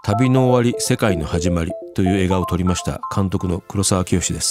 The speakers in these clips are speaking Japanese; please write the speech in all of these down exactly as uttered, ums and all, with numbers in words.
旅の終わり世界の始まりという映画を撮りました監督の黒沢清です。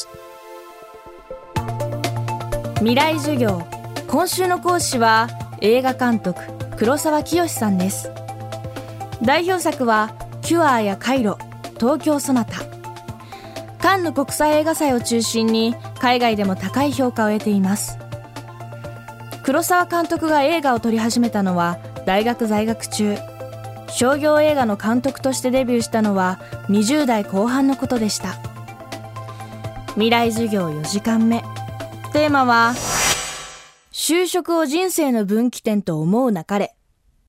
未来授業、今週の講師は映画監督黒沢清さんです。代表作はキュアやカイロ、東京ソナタ。カンヌ国際映画祭を中心に海外でも高い評価を得ています。黒沢監督が映画を撮り始めたのは大学在学中。商業映画の監督としてデビューしたのはにじゅう代後半のことでした。未来授業よじかんめ、テーマは就職を人生の分岐点と思うなかれ。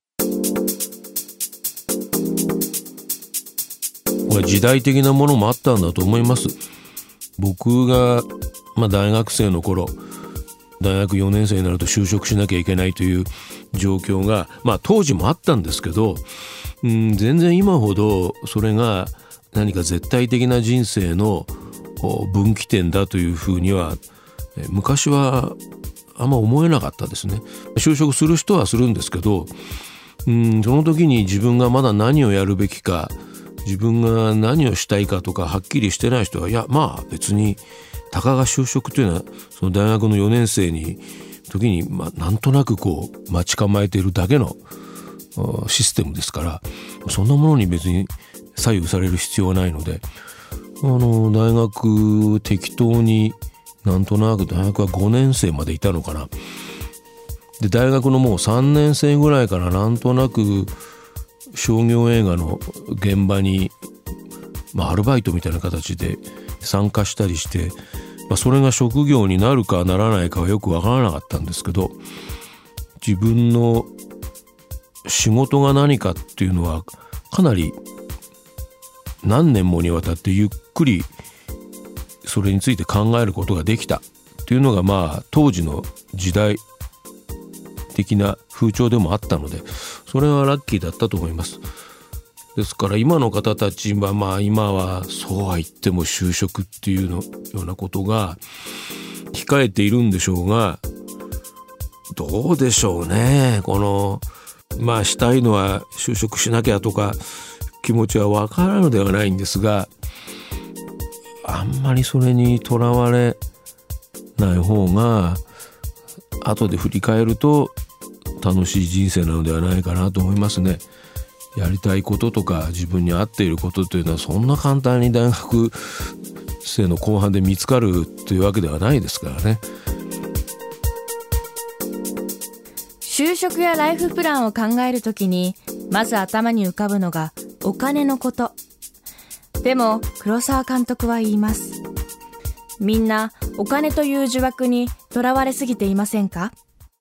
これ時代的なものもあったんだと思います。僕が、まあ、大学生の頃、大学よねん生になると就職しなきゃいけないという状況が、まあ、当時もあったんですけど、うん、全然今ほどそれが何か絶対的な人生の分岐点だというふうには昔はあんま思えなかったですね。就職する人はするんですけど、うん、その時に自分がまだ何をやるべきか、自分が何をしたいかとかはっきりしてない人は、いやまあ別にたかが就職というのはその大学のよねん生に時に、まあ、なんとなくこう待ち構えているだけのシステムですから、そんなものに別に左右される必要はないので、あの大学適当になんとなく大学はごねん生までいたのかな。で大学のもうさんねん生ぐらいからなんとなく商業映画の現場に、まあ、アルバイトみたいな形で参加したりして、まあ、それが職業になるかならないかはよくわからなかったんですけど、自分の仕事が何かっていうのはかなり何年もにわたってゆっくりそれについて考えることができたっていうのが、まあ当時の時代的な風潮でもあったので、それはラッキーだったと思います。ですから今の方たちは、まあ今はそうは言っても就職っていうのようなことが控えているんでしょうが、どうでしょうね。このまあしたいのは就職しなきゃとか気持ちはわからぬではないんですが、あんまりそれにとらわれない方が後で振り返ると楽しい人生なのではないかなと思いますね。やりたいこととか自分に合っていることというのはそんな簡単に大学生の後半で見つかるというわけではないですからね。 就職やライフプランを考えるときにまず頭に浮かぶのがお金のこと。でも黒沢監督は言います。みんなお金という呪縛にとらわれすぎていませんか？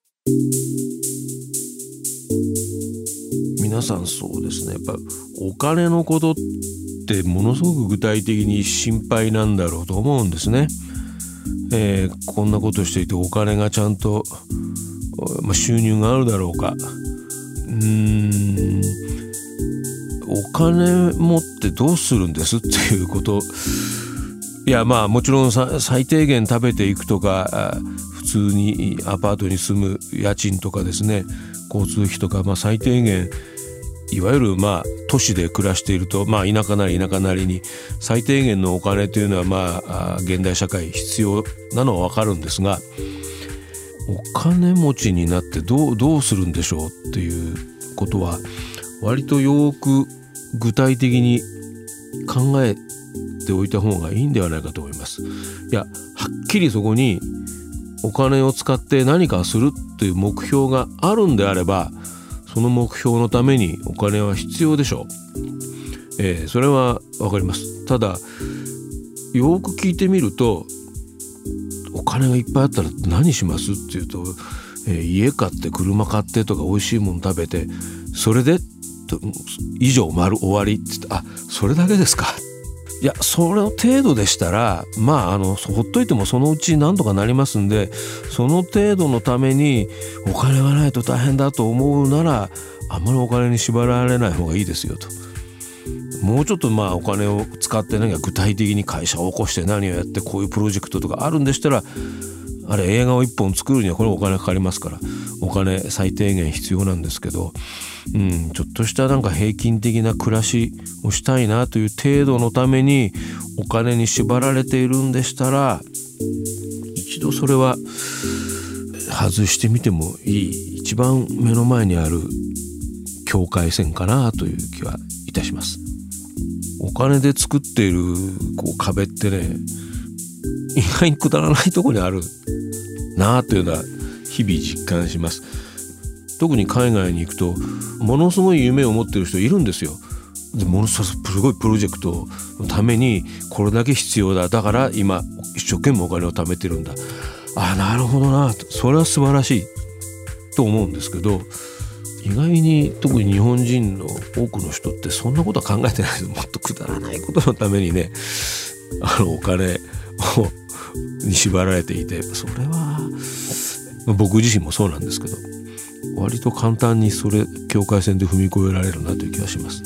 皆さんそうですね。やっぱお金のことってものすごく具体的に心配なんだろうと思うんですね。えー、こんなことしていてお金がちゃんと、まあ、収入があるだろうか。うーんお金持ってどうするんですっていうこと。いやまあもちろんさ最低限食べていくとか、普通にアパートに住む家賃とかですね、交通費とか、まあ、最低限いわゆるまあ都市で暮らしていると、まあ、田舎なり田舎なりに最低限のお金というのはまあ現代社会必要なのは分かるんですが、お金持ちになってどう、どうするんでしょうっていうことは割とよく具体的に考えておいた方がいいんではないかと思います。いや、はっきりそこにお金を使って何かするという目標があるんであれば、その目標のためにお金は必要でしょう。えー、それはわかります。ただよく聞いてみると、お金がいっぱいあったら何しますっていうと、えー、家買って車買ってとか美味しいもの食べて、それで以上丸終わりって言って、あ、それだけですか。いや、それの程度でしたら、まああのほっといてもそのうち何とかなりますんで、その程度のためにお金がないと大変だと思うなら、あんまりお金に縛られない方がいいですよと。もうちょっとまあお金を使って何か具体的に会社を起こして何をやってこういうプロジェクトとかあるんでしたら、 あれ映画を一本作るにはこれお金かかりますから、お金最低限必要なんですけど、うん、ちょっとしたなんか平均的な暮らしをしたいなという程度のためにお金に縛られているんでしたら、一度それは外してみてもいい、一番目の前にある境界線かなという気はいたします。お金で作っているこう壁ってね、意外にくだらないところにあるなというのは日々実感します。特に海外に行くとものすごい夢を持っている人いるんですよ。でものすごいプロジェクトのためにこれだけ必要だ、だから今一生懸命お金を貯めてるんだ、ああなるほどな、それは素晴らしいと思うんですけど、意外に特に日本人の多くの人ってそんなことは考えてないです。もっとくだらないことのためにね、あのお金をに縛られていて、それは僕自身もそうなんですけど、割と簡単にそれ境界線で踏み越えられるなという気がします。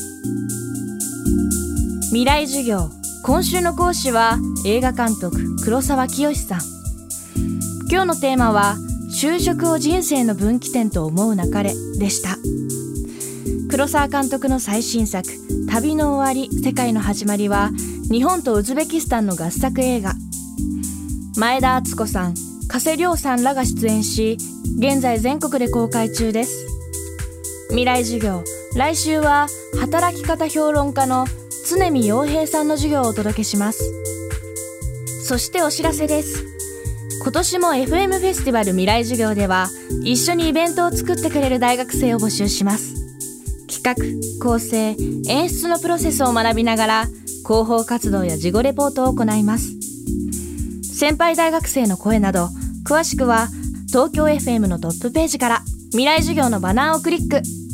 未来授業、今週の講師は映画監督黒沢清さん。今日のテーマは就職を人生の分岐点と思うなかれでした。黒沢監督の最新作旅の終わり世界の始まりは日本とウズベキスタンの合作映画。前田敦子さん、加瀬亮さんらが出演し、現在全国で公開中です。未来授業、来週は働き方評論家の常見陽平さんの授業をお届けします。そしてお知らせです。今年も エフエム フェスティバル未来授業では一緒にイベントを作ってくれる大学生を募集します。企画、構成、演出のプロセスを学びながら広報活動や事後レポートを行います。先輩大学生の声など詳しくは東京 エフエム のトップページから未来授業のバナーをクリック。